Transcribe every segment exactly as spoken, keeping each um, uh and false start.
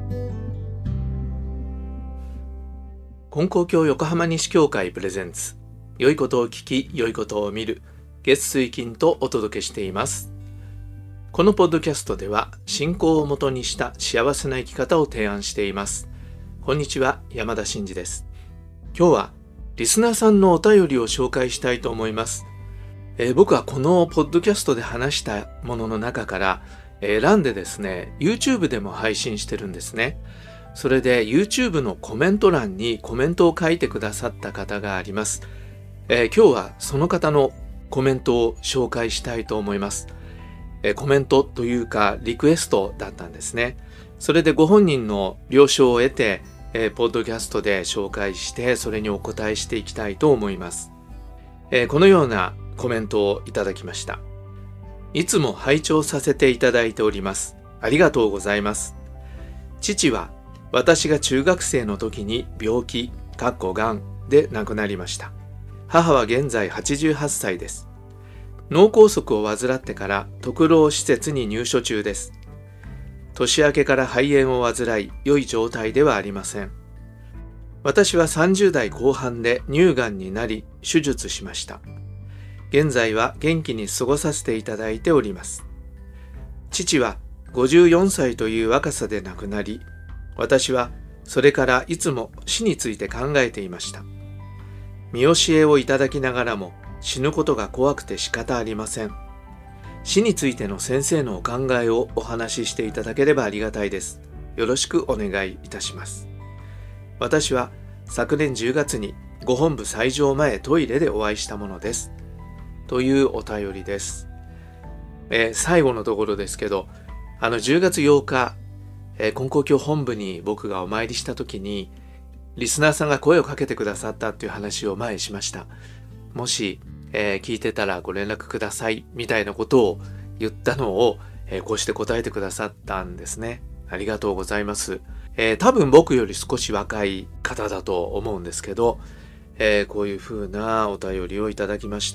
金光教横浜西教会プレゼンツ、良いことを聞き良いことを見る、月水金とお届けしています。このポッドキャストでは信仰をもとにした幸せな生き方を提案しています。こんにちは、山田真嗣です。今日はリスナーさんのお便りを紹介したいと思います。えー、僕はこのポッドキャストで話したものの中から選んでですね、YouTube でも配信してるんですね。それで YouTube のコメント欄にコメントを書いてくださった方があります。えー、今日はその方のコメントを紹介したいと思います。えー、コメントというかリクエストだったんですね。それでご本人の了承を得て、えー、ポッドキャストで紹介してそれにお答えしていきたいと思います。えー、このようなコメントをいただきました。いつも拝聴させていただいております。ありがとうございます。父は私が中学生の時に病気、かっこがんで亡くなりました。母は現在はちじゅうはっさいです。脳梗塞を患ってから特労施設に入所中です。年明けから肺炎を患い、良い状態ではありません。私はさんじゅうだいこう半で乳がんになり、手術しました。現在は元気に過ごさせていただいております。父はごじゅうよんさいという若さで亡くなり、私はそれからいつも死について考えていました。見教えをいただきながらも死ぬことが怖くて仕方ありません。死についての先生のお考えをお話ししていただければありがたいです。よろしくお願いいたします。私は昨年じゅうがつにご本部斎場前トイレでお会いしたものです。というお便りです。えー、最後のところですけど、あのじゅうがつようか、えー、金光教本部に僕がお参りした時にリスナーさんが声をかけてくださったっていう話を前にしました。もし、えー、聞いてたらご連絡くださいみたいなことを言ったのを、えー、こうして答えてくださったんですね。ありがとうございます。えー、多分僕より少し若い方だと思うんですけど、えー、こういう風なお便りをいただきました。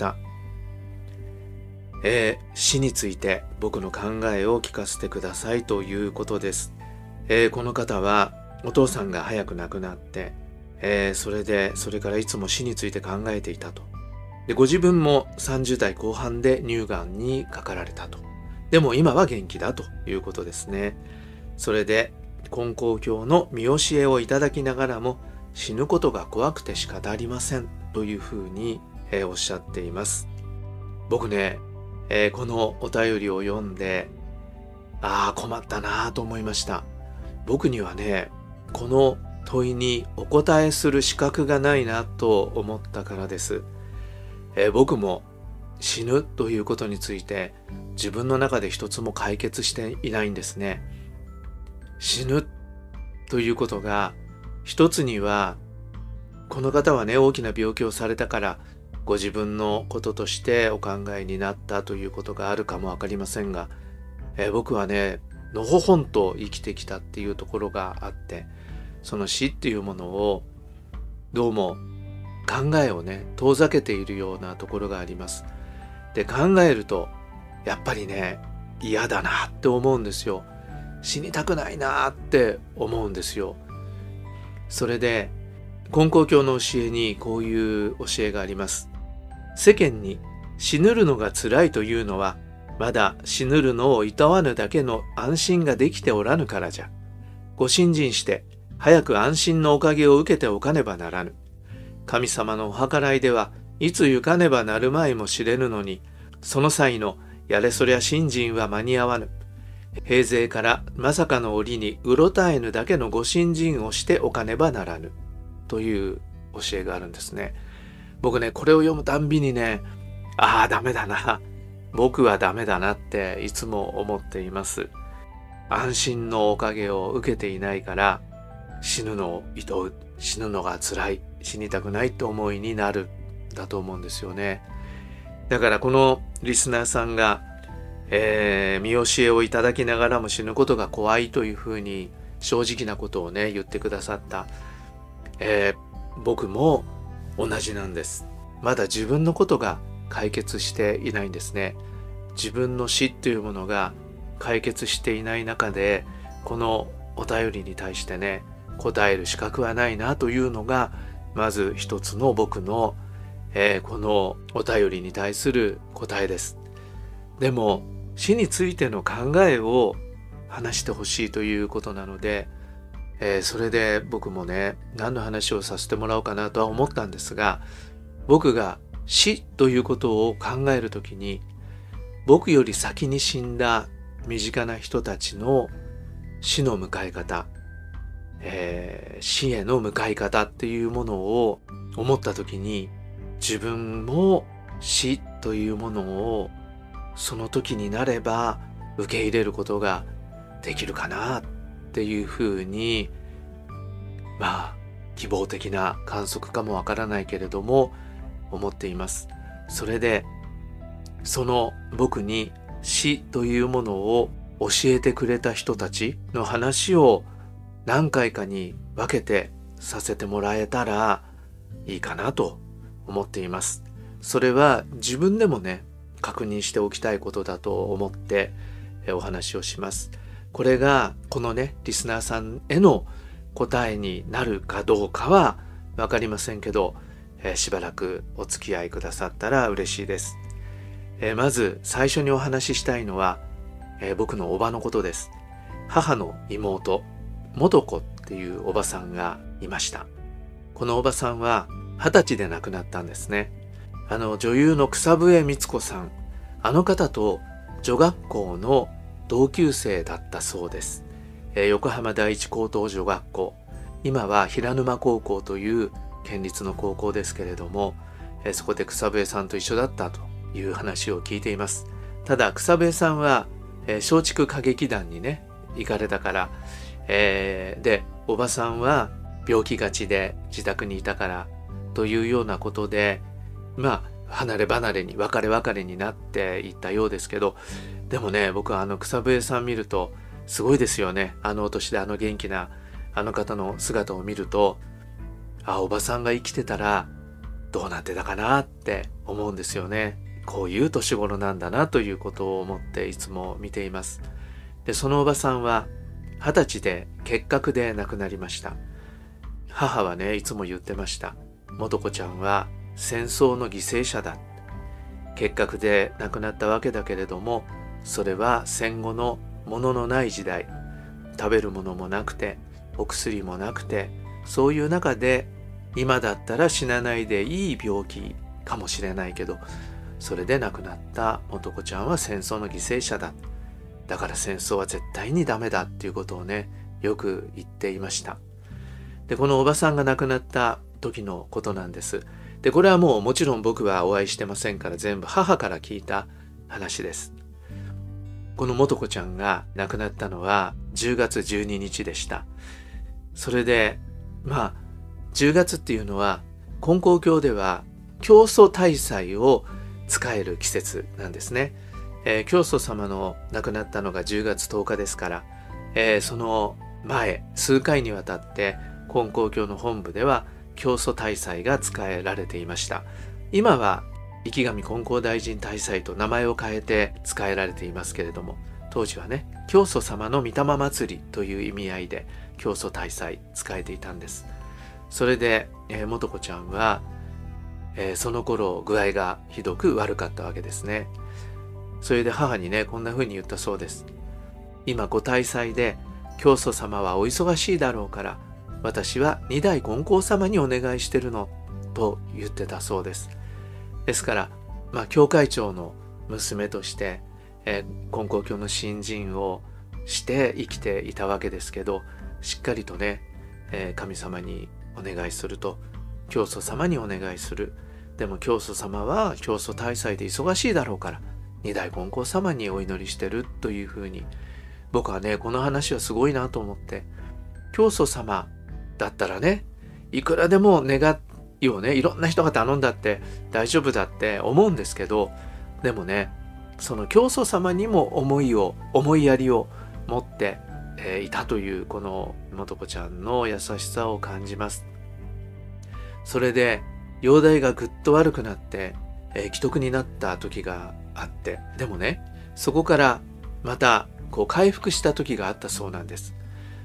えー、死について僕の考えを聞かせてくださいということです。えー、この方はお父さんが早く亡くなって、えー、それでそれからいつも死について考えていたと。で、ご自分もさんじゅうだいこう半で乳がんにかかられたと。でも今は元気だということですね。それで金光教の見教えをいただきながらも死ぬことが怖くて仕方ありませんというふうに、えー、おっしゃっています。僕ね、えー、このお便りを読んで、ああ困ったなと思いました。僕にはね、この問いにお答えする資格がないなと思ったからです。えー、僕も死ぬということについて自分の中で一つも解決していないんですね。死ぬということが一つには、この方はね大きな病気をされたからご自分のこととしてお考えになったということがあるかもわかりませんが、えー、僕はねのほほんと生きてきたっていうところがあって、その死っていうものをどうも考えをね遠ざけているようなところがあります。で、考えるとやっぱりね嫌だなって思うんですよ。死にたくないなって思うんですよ。それで金光教の教えにこういう教えがあります。世間に死ぬるのが辛いというのは、まだ死ぬるのを厭わぬだけの安心ができておらぬからじゃ。ご信心して早く安心のおかげを受けておかねばならぬ。神様のお計らいではいつ行かねばなるまいも知れぬのに、その際のやれそりゃ信心は間に合わぬ。平勢からまさかの折にうろたえぬだけのご信心をしておかねばならぬ。という教えがあるんですね。僕ね、これを読むたんびにね、ああダメだな、僕はダメだなっていつも思っています。安心のおかげを受けていないから死ぬのを厭う、死ぬのが辛い、死にたくないって思いになるだと思うんですよね。だからこのリスナーさんが、えー、見教えをいただきながらも死ぬことが怖いというふうに正直なことをね言ってくださった、えー、僕も同じなんです。まだ自分のことが解決していないんですね。自分の死というものが解決していない中で、このお便りに対してね、答える資格はないなというのが、まず一つの僕の、えー、このお便りに対する答えです。でも、死についての考えを話してほしいということなので、えー、それで僕もね、何の話をさせてもらおうかなとは思ったんですが、僕が死ということを考えるときに、僕より先に死んだ身近な人たちの死の迎え方、えー、死への向かい方っていうものを思ったときに、自分も死というものをその時になれば受け入れることができるかなっていうふうに、まあ希望的な観測かもわからないけれども思っています。それでその僕に死というものを教えてくれた人たちの話を何回かに分けてさせてもらえたらいいかなと思っています。それは自分でもね、確認しておきたいことだと思ってお話をします。これがこのね、リスナーさんへの答えになるかどうかはわかりませんけど、えー、しばらくお付き合いくださったら嬉しいです。えー、まず最初にお話ししたいのは、えー、僕のおばのことです。母の妹、元子っていうおばさんがいました。このおばさんは二十歳で亡くなったんですね。あの女優の草笛光子さん、あの方と女学校の同級生だったそうです。えー、横浜第一高等女学校、今は平沼高校という県立の高校ですけれども、えー、そこで草笛さんと一緒だったという話を聞いています。ただ草笛さんは、えー、松竹歌劇団にね行かれたから、えー、でおばさんは病気がちで自宅にいたからというようなことで、まあ離れ離れに別れ別れになっていったようですけど、でもね、僕はあの草笛さん見るとすごいですよね。あのお年であの元気なあの方の姿を見ると、あ、おばさんが生きてたらどうなってたかなって思うんですよね。こういう年頃なんだなということを思っていつも見ています。で、そのおばさんは二十歳で結核で亡くなりました。母はね、いつも言ってました。元子ちゃんは戦争の犠牲者だ。結核で亡くなったわけだけれども、それは戦後の物のない時代、食べるものもなくてお薬もなくて、そういう中で今だったら死なないでいい病気かもしれないけど、それで亡くなった元子ちゃんは戦争の犠牲者だ。だから戦争は絶対にダメだっていうことをね、よく言っていました。で、このおばさんが亡くなった時のことなんです。で、これはもうもちろん僕はお会いしてませんから、全部母から聞いた話です。この元子ちゃんが亡くなったのはじゅうがつじゅうににちでした。それで、まあ、じゅうがつっていうのは、金光教では教祖大祭を使える季節なんですね。えー、教祖様の亡くなったのがじゅうがつとおかですから、えー、その前、数回にわたって金光教の本部では教祖大祭が使えられていました。今は池上金光大臣大祭と名前を変えて使えられていますけれども、当時はね、教祖様の御霊祭りという意味合いで教祖大祭使えていたんです。それで、えー、元子ちゃんは、えー、その頃具合がひどく悪かったわけですね。それで母にね、こんな風に言ったそうです。今ご大祭で教祖様はお忙しいだろうから、私は二代金光様にお願いしてるのと言ってたそうです。ですから、まあ、教会長の娘として、えー、金光教の信心をして生きていたわけですけど、しっかりとね、えー、神様にお願いすると、教祖様にお願いする。でも教祖様は教祖大祭で忙しいだろうから、二代金光様にお祈りしてるというふうに、僕はね、この話はすごいなと思って、教祖様だったらね、いくらでも願いをね、いろんな人が頼んだって大丈夫だって思うんですけど、でもね、その教祖様にも思いを、思いやりを持って、えー、いたというこの元子ちゃんの優しさを感じます。それで容体がぐっと悪くなって、えー、危篤になった時があって、でもね、そこからまたこう回復した時があったそうなんです。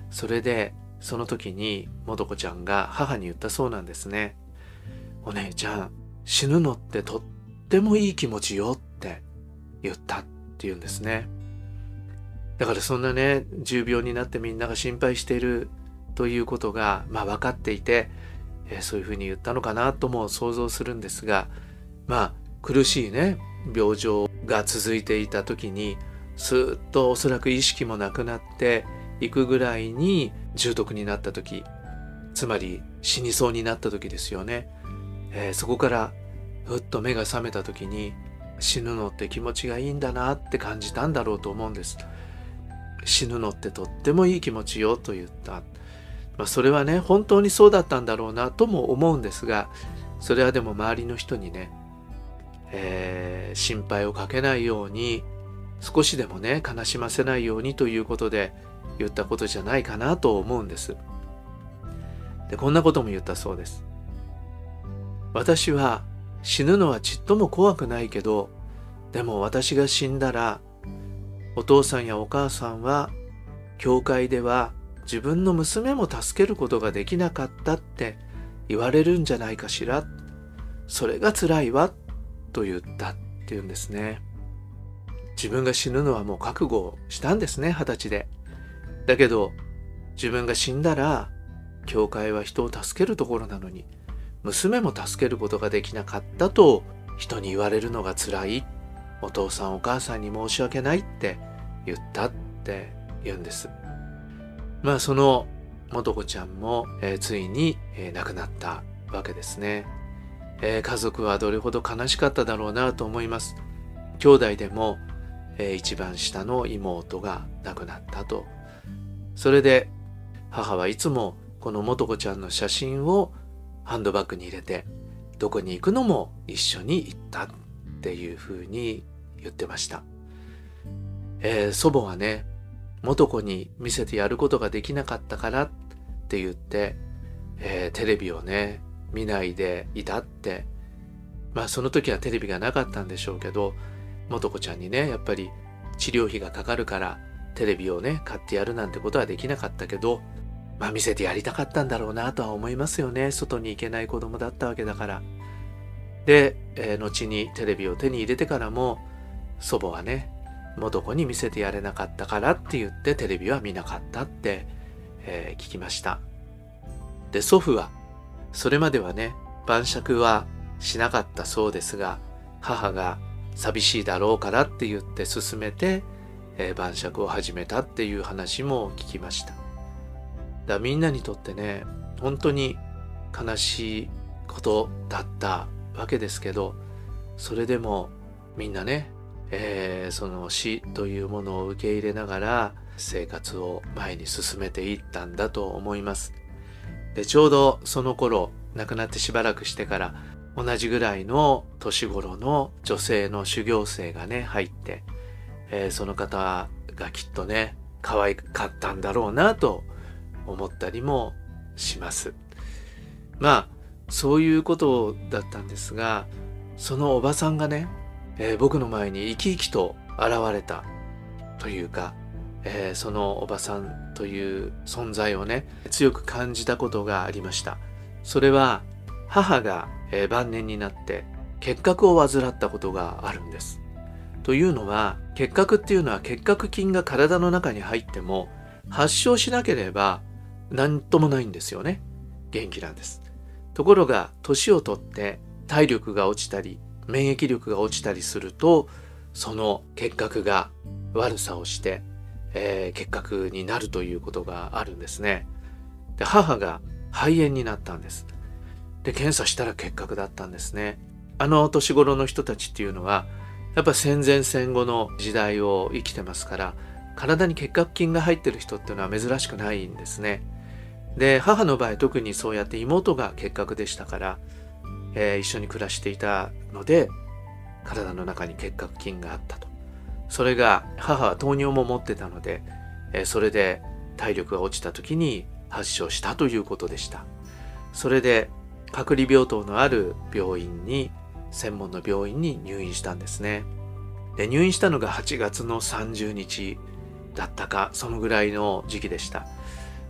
それでその時にもとこちゃんが母に言ったそうなんですね。お姉ちゃん、死ぬのってとってもいい気持ちよって言ったって言うんですね。だからそんなね、重病になってみんなが心配しているということが、まあ分かっていて、えーそういうふうに言ったのかなとも想像するんですが、まあ苦しいね、病状が続いていた時に、スーッとおそらく意識もなくなっていくぐらいに重篤になった時、つまり死にそうになった時ですよね。えーそこからふっと目が覚めた時に、死ぬのって気持ちがいいんだなって感じたんだろうと思うんです。死ぬのってとってもいい気持ちよと言った。まあ、それはね、本当にそうだったんだろうなとも思うんですが、それはでも周りの人にね、えー心配をかけないように、少しでもね、悲しませないようにということで言ったことじゃないかなと思うんです。で、こんなことも言ったそうです。私は死ぬのはちっとも怖くないけど、でも私が死んだら、お父さんやお母さんは、教会では自分の娘も助けることができなかったって言われるんじゃないかしら。それが辛いわ、と言ったって言うんですね。自分が死ぬのはもう覚悟したんですね、二十歳で。だけど、自分が死んだら、教会は人を助けるところなのに、娘も助けることができなかったと人に言われるのが辛い。お父さんお母さんに申し訳ないって言ったって言うんです。まあそのもとこちゃんも、えーついに、えー亡くなったわけですね。えー家族はどれほど悲しかっただろうなと思います。兄弟でも、えー一番下の妹が亡くなったと。それで母はいつもこのもとこちゃんの写真をハンドバッグに入れて、どこに行くのも一緒に行ったっていうふうに言ってました。えー祖母はね、元子に見せてやることができなかったからって言って、えーテレビをね、見ないでいたって。まあその時はテレビがなかったんでしょうけど、元子ちゃんにね、やっぱり治療費がかかるからテレビをね、買ってやるなんてことはできなかったけど、まあ見せてやりたかったんだろうなとは思いますよね。外に行けない子供だったわけだから。で、えー後にテレビを手に入れてからも、祖母はね、元子に見せてやれなかったからって言ってテレビは見なかったって、えー聞きました。で、祖父は、それまではね、晩酌はしなかったそうですが、母が寂しいだろうからって言って勧めて、えー晩酌を始めたっていう話も聞きました。だみんなにとってね、本当に悲しいことだったわけですけど、それでもみんなね、えーその死というものを受け入れながら生活を前に進めていったんだと思います。で、ちょうどその頃、亡くなってしばらくしてから同じぐらいの年頃の女性の修行生がね、入って、えーその方がきっとね、可愛かったんだろうなと思ったりもします。まあ、そういうことだったんですが、そのおばさんがね、えー僕の前に生き生きと現れたというか、えーそのおばさんという存在をね、強く感じたことがありました。それは、母が、えー晩年になって結核を患ったことがあるんです。というのは、結核っていうのは結核菌が体の中に入っても発症しなければ何ともないんですよね。元気なんです。ところが、年をとって体力が落ちたり、免疫力が落ちたりすると、その結核が悪さをして、えー結核になるということがあるんですね。で、母が肺炎になったんです。で、検査したら結核だったんですね。あの年頃の人たちっていうのは、やっぱ戦前戦後の時代を生きてますから、体に結核菌が入ってる人っていうのは珍しくないんですね。で、母の場合特にそうやって妹が結核でしたから、えー一緒に暮らしていたので、体の中に結核菌があったと。それが、母は糖尿も持ってたので、えーそれで体力が落ちた時に発症したということでした。それで隔離病棟のある病院に、専門の病院に入院したんですね。で、入院したのがはちがつのさんじゅうにちだったか、そのぐらいの時期でした。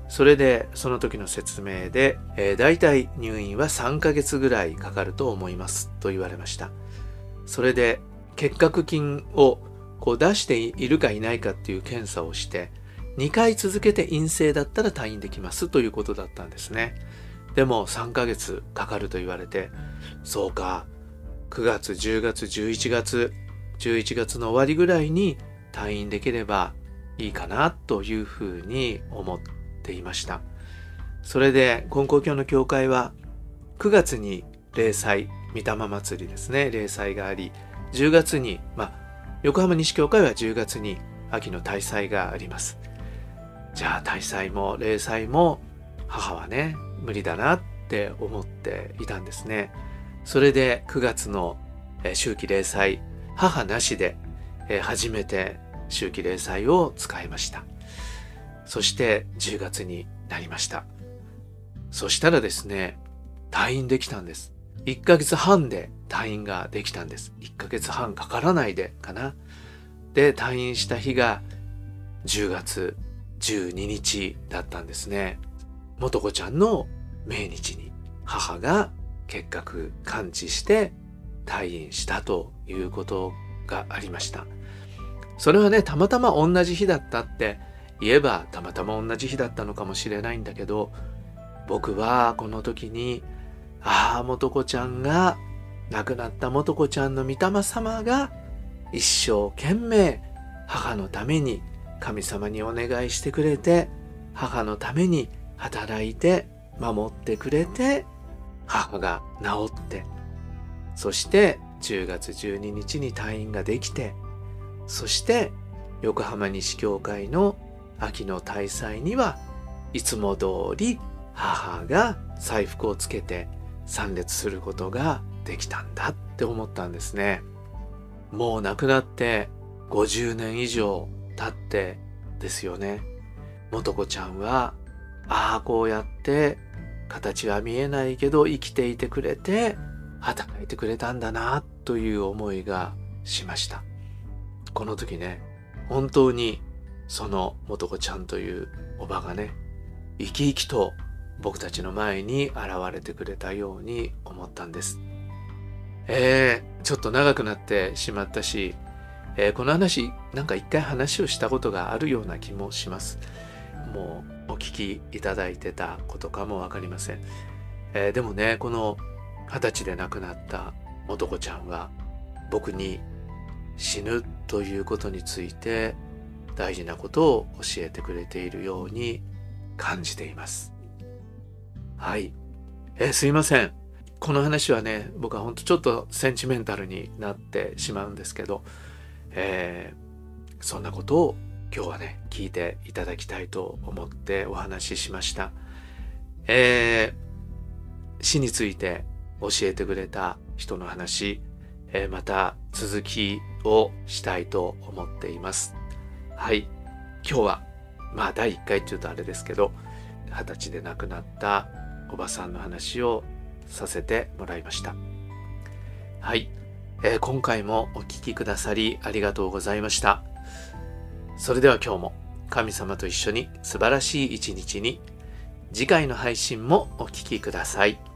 それでその時の説明で、えー、大体入院はさんかげつぐらいかかると思いますと言われました。それで結核菌をこう出しているかいないかっていう検査をしてにかい続けて陰性だったら退院できますということだったんですね。でもさんかげつかかると言われて、そうか、くがつ、じゅうがつ、じゅういちがつ、じゅういちがつの終わりぐらいに退院できればいいかなというふうに思っていました。それで金光教の教会はくがつに例祭、御霊祭りですね、例祭があり、じゅうがつに、まあ横浜西教会はじゅうがつに秋の大祭があります。じゃあ大祭も例祭も母はね無理だなって思っていたんですね。それでくがつの秋季例祭、母なしで初めて秋季例祭を使いました。そしてじゅうがつになりました。そしたらですね、退院できたんです。いっかげつはんで退院ができたんです。いっかげつはんかからないでかな。で、退院した日がじゅうがつじゅうににちだったんですね。素子ちゃんの命日に母が結核完治して退院したということがありました。それはね、たまたま同じ日だったって言えばたまたま同じ日だったのかもしれないんだけど、僕はこの時に、ああ、素子ちゃんが、亡くなった素子ちゃんの御霊様が一生懸命母のために神様にお願いしてくれて、母のために働いて守ってくれて、母が治って、そしてじゅうがつじゅうににちに退院ができて、そして横浜西教会の秋の大祭にはいつも通り母が祭服をつけて参列することができたんだって思ったんですね。もう亡くなってごじゅうねん以上経ってですよね。素子ちゃんは、ああ、こうやって形は見えないけど生きていてくれて働いてくれたんだなという思いがしました。この時ね、本当にその素子ちゃんというおばがね、生き生きと僕たちの前に現れてくれたように思ったんです。えー、ちょっと長くなってしまったし、えー、この話なんか一回話をしたことがあるような気もします。もうお聞きいただいてたことかもわかりません。えー、でもね、この二十歳で亡くなった素子ちゃんは僕に死ぬということについて大事なことを教えてくれているように感じています。はい。えー、すいません。この話はね、僕は本当ちょっとセンチメンタルになってしまうんですけど、えー、そんなことを今日はね、聞いていただきたいと思ってお話ししました。えー、死について教えてくれた人の話、えー、また続きをしたいと思っています。はい。今日は、まあだいいっかいって言うとあれですけど、二十歳で亡くなったおばさんの話をさせてもらいました。はい、えー、今回もお聞きくださりありがとうございました。それでは今日も神様と一緒に素晴らしい一日に、次回の配信もお聞きください。